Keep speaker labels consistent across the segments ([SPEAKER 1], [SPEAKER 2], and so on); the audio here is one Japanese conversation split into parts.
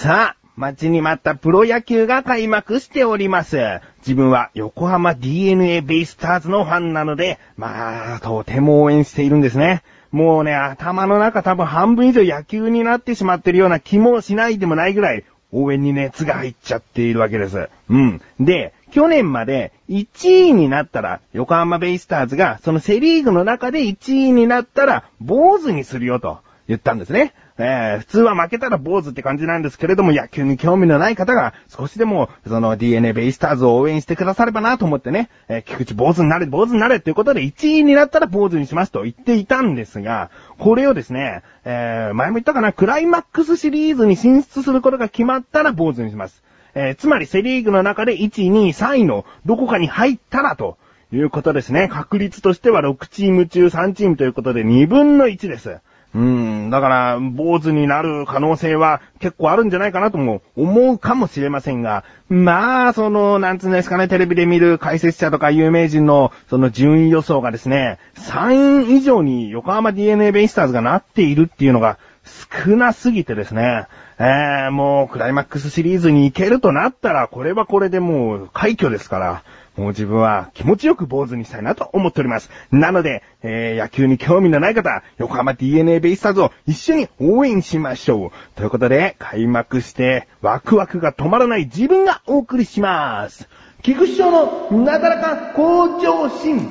[SPEAKER 1] さあ、待ちに待ったプロ野球が開幕しております。自分は横浜 DNA ベイスターズのファンなので、とても応援しているんですね。もうね、頭の中多分半分以上野球になってしまってるような気もしないでもないぐらい、応援に熱が入っちゃっているわけです。で、去年まで1位になったら、横浜ベイスターズがそのセリーグの中で1位になったら、坊主にするよと言ったんですね。普通は負けたら坊主って感じなんですけれども、野球に興味のない方が少しでもその DNA ベイスターズを応援してくださればなと思ってね、菊池坊主になれっていうことで1位になったら坊主にしますと言っていたんですが、これをですね、前も言ったかな、クライマックスシリーズに進出することが決まったら坊主にします。つまりセリーグの中で1、2、3位のどこかに入ったらということですね。確率としては6チーム中3チームということで2分の1です。だから、坊主になる可能性は結構あるんじゃないかなとも思うかもしれませんが、なんつうんですかね、テレビで見る解説者とか有名人のその順位予想がですね、3位以上に横浜 DNA ベイスターズがなっているっていうのが少なすぎてですね、もうクライマックスシリーズに行けるとなったら、これはこれでもう快挙ですから、もう自分は気持ちよく坊主にしたいなと思っております。なので、野球に興味のない方、横浜 DNA ベイスターズを一緒に応援しましょう。ということで、開幕してワクワクが止まらない自分がお送りします。菊師匠のなだらか向上心。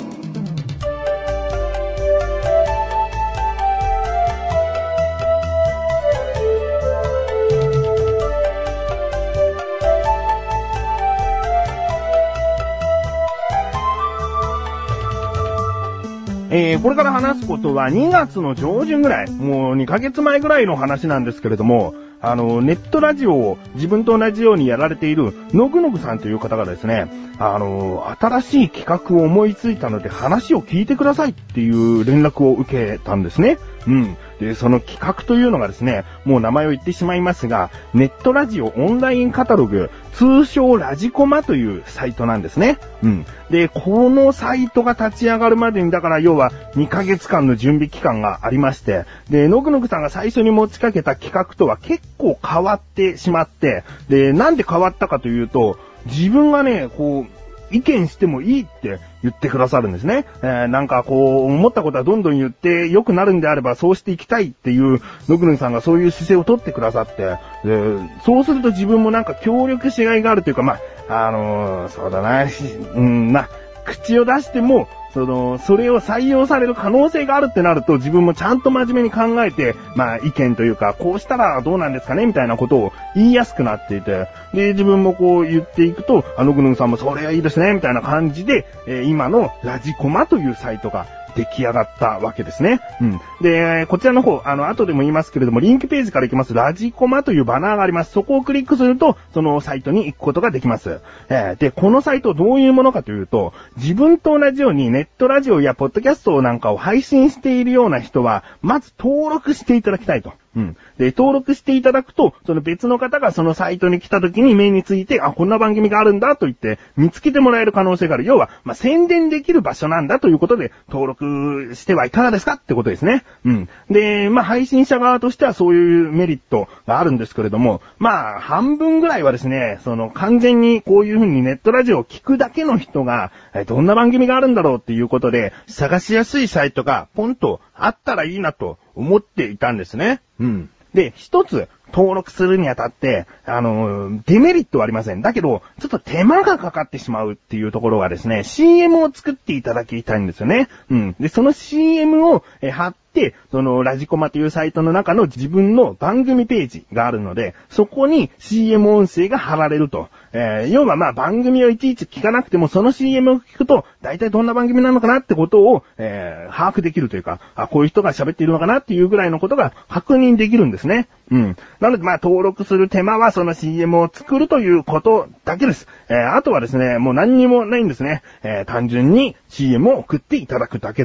[SPEAKER 1] これから話すことは2月の上旬ぐらい、もう2ヶ月前ぐらいの話なんですけれども、ネットラジオを自分と同じようにやられているのぐのぐさんという方がですね、新しい企画を思いついたので話を聞いてくださいっていう連絡を受けたんですね。で、その企画というのがですね、もう名前を言ってしまいますが、ネットラジオオンラインカタログ、通称ラジコマというサイトなんですね。で、このサイトが立ち上がるまでに、だから要は2ヶ月間の準備期間がありまして、で、のぐのぐさんが最初に持ちかけた企画とは結構変わってしまって、で、なんで変わったかというと、自分がね、意見してもいいって言ってくださるんですね。思ったことはどんどん言って良くなるんであればそうしていきたいっていうのぐのぐさんがそういう姿勢を取ってくださって、で、そうすると自分も協力しがいがあるというか、そうだな、口を出しても、それを採用される可能性があるってなると、自分もちゃんと真面目に考えて、意見というか、こうしたらどうなんですかねみたいなことを言いやすくなっていて、で、自分も言っていくと、ぐぬぐさんもそれはいいですねみたいな感じで、今のラジコマというサイトが出来上がったわけですね。で、こちらの方、後でも言いますけれども、リンクページから行きます、ラジコマというバナーがあります。そこをクリックすると、そのサイトに行くことができます。で、このサイトどういうものかというと、自分と同じようにネットラジオやポッドキャストなんかを配信しているような人は、まず登録していただきたいと。で、登録していただくと、その別の方がそのサイトに来た時に目について、こんな番組があるんだと言って見つけてもらえる可能性がある。要は、宣伝できる場所なんだということで登録してはいかがですかってことですね。で、配信者側としてはそういうメリットがあるんですけれども、半分ぐらいはですね、完全にこういう風にネットラジオを聞くだけの人が、どんな番組があるんだろうっていうことで、探しやすいサイトがポンとあったらいいなと思っていたんですね。で、一つ登録するにあたって、デメリットはありません。だけど、ちょっと手間がかかってしまうっていうところがですね、CM を作っていただきたいんですよね。で、その CM を貼って、そのラジコマというサイトの中の自分の番組ページがあるので、そこに CM 音声が貼られると。要は番組をいちいち聞かなくても、その CM を聞くと、大体どんな番組なのかなってことを、把握できるというか、こういう人が喋っているのかなっていうぐらいのことが確認できるんですね。なので登録する手間はその CM を作るということだけです。あとはですね、もう何にもないんですね。単純に CM を送っていただくだけと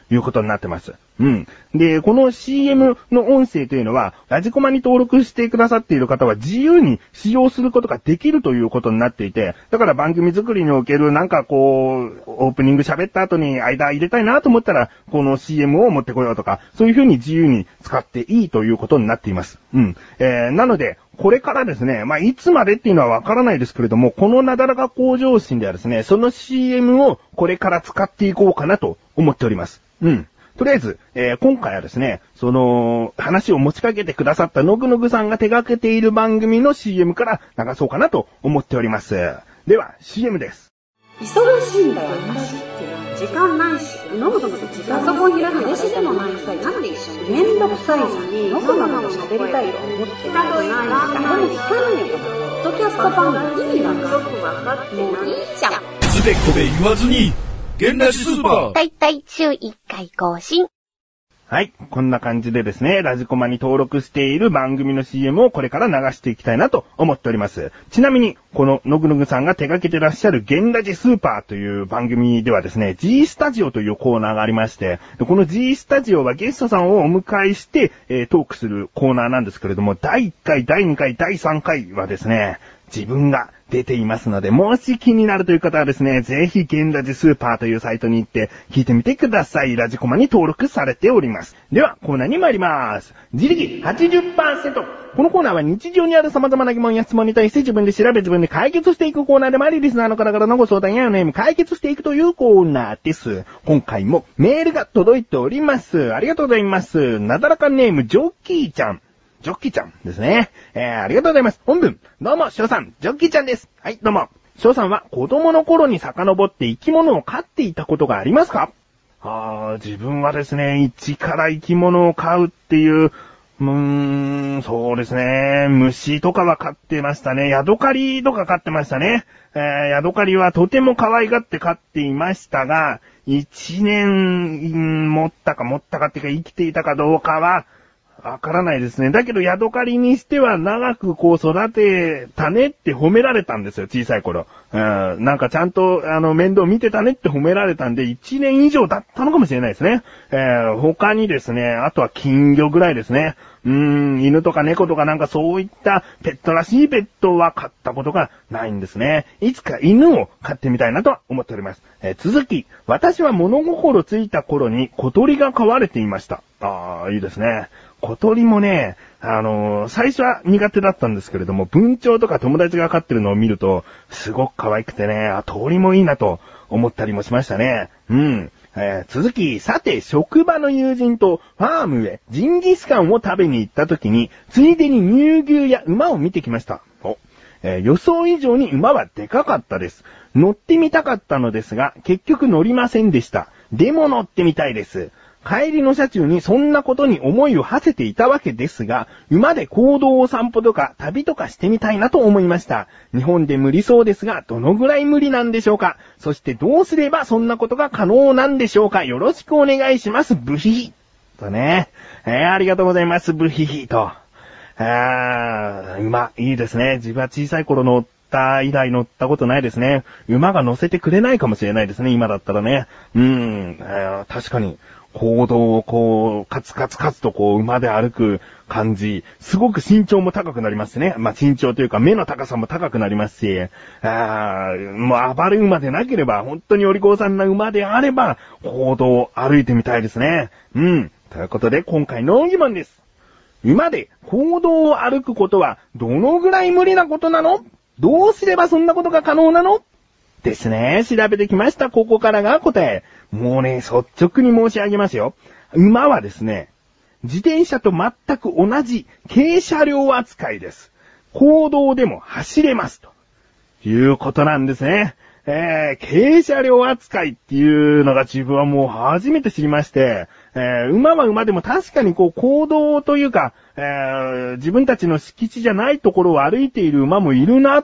[SPEAKER 1] いうことになってます。で、この CM の音声というのは、ラジコマに登録してくださっている方は自由に使用することができるということになっていて、だから番組作りにおけるなんかこう、オープニング喋った後に間入れたいなと思ったら、この CM を持ってこようとか、そういう風に自由に使っていいということになっています。なので、これからですね、いつまでっていうのはわからないですけれども、このなだらか向上心ではですね、その CM をこれから使っていこうかなと思っております。とりあえず、今回はですね、その、話を持ちかけてくださったのぐのぐさんが手掛けている番組の CM から流そうかなと思っております。では、CM です。
[SPEAKER 2] 忙しいんだよ、私って。時間ないし、のぐのぐと時間そこにいる話でもないくさい。なんで一緒にめんどくさいじゃん。のぐのぐと喋りたいと思ってない。誰も聞かないよ。ポッドキャスト番組意味がよくわかってない。もういいじゃん。
[SPEAKER 3] つべこべ言わずに、現代スーパー。
[SPEAKER 4] だいたい週1回更新。
[SPEAKER 1] はい。こんな感じでですね、ラジコマに登録している番組の CM をこれから流していきたいなと思っております。ちなみに、こののぐのぐさんが手掛けてらっしゃる現ラジスーパーという番組ではですね、G スタジオというコーナーがありまして、この G スタジオはゲストさんをお迎えして、トークするコーナーなんですけれども、第1回、第2回、第3回はですね、自分が出ていますので、もし気になるという方はですね、ぜひ現ラジスーパーというサイトに行って聞いてみてください。ラジコマに登録されております。では、コーナーに参ります。自力 80%。このコーナーは日常にある様々な疑問や質問に対して自分で調べ自分で解決していくコーナーでもあり、リスナーの方からのご相談やお悩み解決していくというコーナーです。今回もメールが届いております。ありがとうございます。なだらかネームジョッキーちゃん。ジョッキーちゃんですね。ありがとうございます。本文。どうも、翔さん、ジョッキーちゃんです。はい、どうも。翔さんは子供の頃に遡って生き物を飼っていたことがありますか？自分はですね、一から生き物を飼うっていう、そうですね、虫とかは飼ってましたね。ヤドカリとか飼ってましたね。ヤドカリはとても可愛がって飼っていましたが、1年持ったかっていうか生きていたかどうかは、わからないですね。だけど、ヤドカリにしては長くこう育てたねって褒められたんですよ、小さい頃。なんかちゃんと、面倒見てたねって褒められたんで、1年以上だったのかもしれないですね。他にですね、あとは金魚ぐらいですね。犬とか猫とかなんかそういったペットらしいペットは飼ったことがないんですね。いつか犬を飼ってみたいなとは思っております。続き、私は物心ついた頃に小鳥が飼われていました。いいですね。小鳥もね、最初は苦手だったんですけれども、文鳥とか友達が飼ってるのを見ると、すごく可愛くてね、鳥もいいなと思ったりもしましたね。続き、さて、職場の友人とファームへジンギスカンを食べに行った時に、ついでに乳牛や馬を見てきました。予想以上に馬はでかかったです。乗ってみたかったのですが、結局乗りませんでした。でも乗ってみたいです。帰りの車中にそんなことに思いを馳せていたわけですが、馬で公道を散歩とか旅とかしてみたいなと思いました。日本で無理そうですが、どのぐらい無理なんでしょうか？そしてどうすればそんなことが可能なんでしょうか？よろしくお願いします。ブヒヒ。とね。ありがとうございます。ブヒヒと。馬、いいですね。自分は小さい頃乗った以来乗ったことないですね。馬が乗せてくれないかもしれないですね。今だったらね。確かに。行動をこう、カツカツとこう、馬で歩く感じ。すごく身長も高くなりますね。身長というか目の高さも高くなりますし、もう暴れ馬でなければ、本当にお利口さんな馬であれば、行動を歩いてみたいですね。ということで、今回の疑問です。馬で公道を歩くことは、どのぐらい無理なことなの？どうすればそんなことが可能なの？ですね。調べてきました。ここからが答え。もうね、率直に申し上げますよ。馬はですね、自転車と全く同じ軽車両扱いです。公道でも走れますということなんですね。軽車両扱いっていうのが自分はもう初めて知りまして、馬は馬でも確かにこう公道というか、自分たちの敷地じゃないところを歩いている馬もいるなと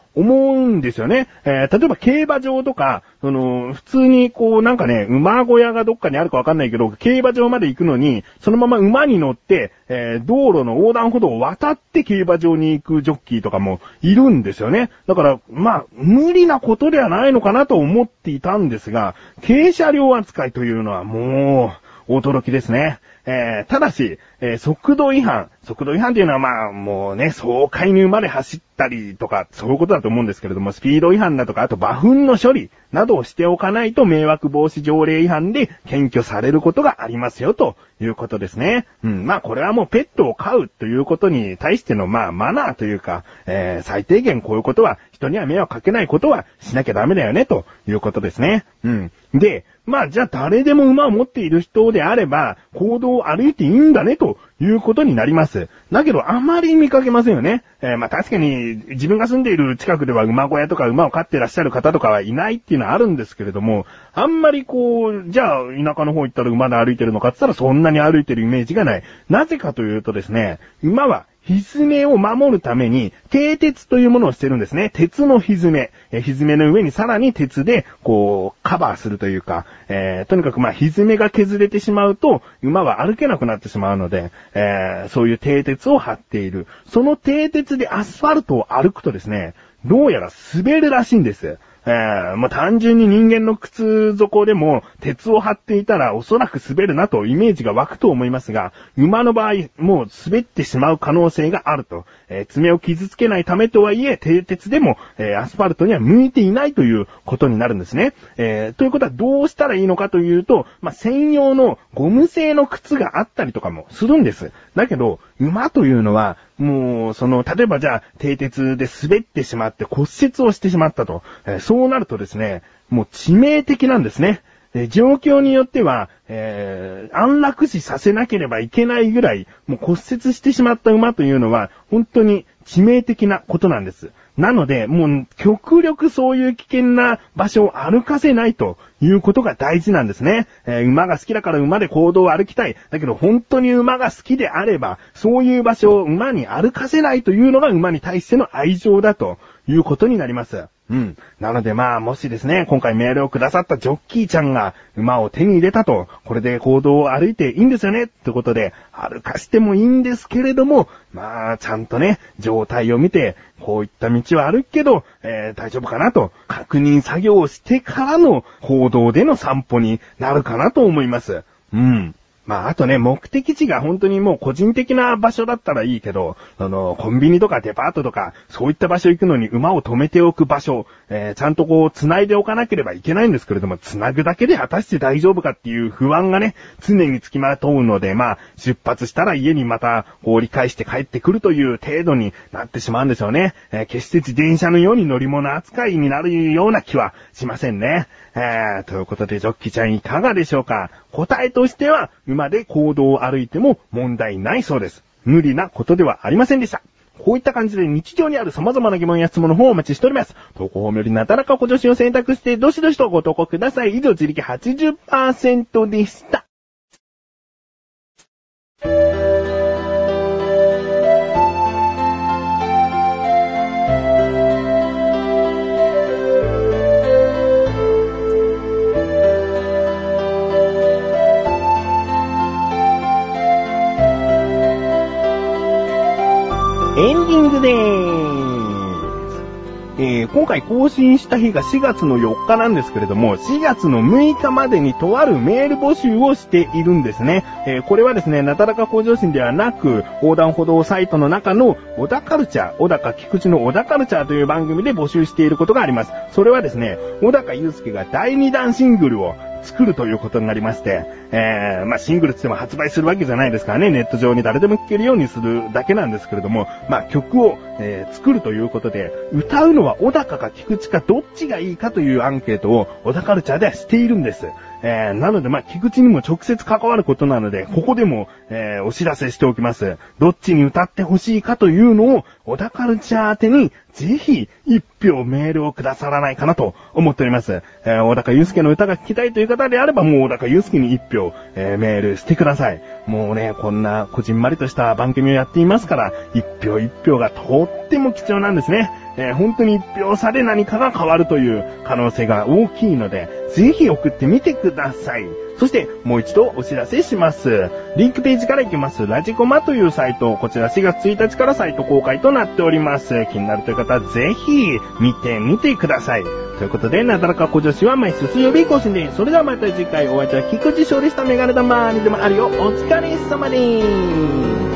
[SPEAKER 1] 思うんですよね。例えば競馬場とか、普通になんかね、馬小屋がどっかにあるかわかんないけど、競馬場まで行くのに、そのまま馬に乗って、道路の横断歩道を渡って競馬場に行くジョッキーとかもいるんですよね。だから、無理なことではないのかなと思っていたんですが、軽車両扱いというのはもう、驚きですね。ただし、速度違反というのはもうね、爽快に馬で走ったりとか、そういうことだと思うんですけれども、スピード違反だとか、あと馬糞の処理などをしておかないと迷惑防止条例違反で検挙されることがありますよ、ということですね。これはもうペットを飼うということに対してのマナーというか、最低限こういうことは、人には迷惑かけないことはしなきゃダメだよね、ということですね。で、じゃあ誰でも馬を持っている人であれば、公道を歩いていいんだね、ということになります。だけど、あまり見かけませんよね。確かに、自分が住んでいる近くでは馬小屋とか馬を飼ってらっしゃる方とかはいないっていうのはあるんですけれども、あんまりじゃあ、田舎の方行ったら馬で歩いてるのかって言ったらそんなに歩いてるイメージがない。なぜかというとですね、馬は、蹄を守るために、蹄鉄というものをしてるんですね。鉄の蹄。蹄の上にさらに鉄で、カバーするというか、とにかく蹄が削れてしまうと、馬は歩けなくなってしまうので、そういう蹄鉄を張っている。その蹄鉄でアスファルトを歩くとですね、どうやら滑るらしいんです。単純に人間の靴底でも鉄を張っていたらおそらく滑るなとイメージが湧くと思いますが、馬の場合もう滑ってしまう可能性があると。爪を傷つけないためとはいえ、蹄鉄でも、アスファルトには向いていないということになるんですね。ということはどうしたらいいのかというと、専用のゴム製の靴があったりとかもするんです。だけど、馬というのは、もう、例えばじゃあ、蹄鉄で滑ってしまって骨折をしてしまったと。そうなるとですね、もう致命的なんですね。状況によっては、安楽死させなければいけないぐらい、もう骨折してしまった馬というのは、本当に致命的なことなんです。なので、もう極力そういう危険な場所を歩かせないということが大事なんですね。馬が好きだから馬で公道を歩きたい。だけど本当に馬が好きであれば、そういう場所を馬に歩かせないというのが馬に対しての愛情だということになります。なのでもしですね、今回メールをくださったジョッキーちゃんが馬を手に入れたと、これで公道を歩いていいんですよねってことで、歩かしてもいいんですけれども、ちゃんとね、状態を見て、こういった道は歩くけど、大丈夫かなと、確認作業をしてからの公道での散歩になるかなと思います。あとね、目的地が本当にもう個人的な場所だったらいいけど、コンビニとかデパートとか、そういった場所行くのに馬を止めておく場所、ちゃんと繋いでおかなければいけないんですけれども、繋ぐだけで果たして大丈夫かっていう不安がね、常につきまとうので、出発したら家にまた折り返して帰ってくるという程度になってしまうんでしょうね。決して自転車のように乗り物扱いになるような気はしませんね。ということで、ジョッキちゃんいかがでしょうか？答えとしては、馬で公道を歩いても問題ないそうです。無理なことではありませんでした。こういった感じで日常にある様々な疑問や質問の方をお待ちしております。投稿フォームよりなだらかご助身を選択して、どしどしとご投稿ください。以上、自力 80% でした。エンディングでーす。今回更新した日が4月の4日なんですけれども、4月の6日までにとあるメール募集をしているんですね。これはですね、なだらか向上心ではなく、横断歩道サイトの中の小田カルチャー、小高菊池の小田カルチャーという番組で募集していることがあります。それはですね、小高祐介が第2弾シングルを作るということになりまして、シングルって言っても発売するわけじゃないですからね、ネット上に誰でも聴けるようにするだけなんですけれども、曲を、作るということで、歌うのは小高か菊池かどっちがいいかというアンケートを小田カルチャーではしているんです。なので菊池にも直接関わることなので、ここでも、お知らせしておきます。どっちに歌ってほしいかというのを、小田カルチャー宛てに、ぜひ、一票メールをくださらないかなと思っております。小高祐介の歌が聴きたいという方であれば、もう小高祐介に一票、メールしてください。もうね、こんなこじんまりとした番組をやっていますから、一票一票がとっても貴重なんですね。 本当に1票差で何かが変わるという可能性が大きいので、ぜひ送ってみてください。そして、もう一度お知らせします。リンクページから行きます。ラジコマというサイト、こちら4月1日からサイト公開となっております。気になるという方はぜひ見てみてください。ということで、なだらか小女子は毎週水曜日更新です。それではまた次回お会いいたい菊池勝利したメガネ玉にでもあるよ。お疲れ様です。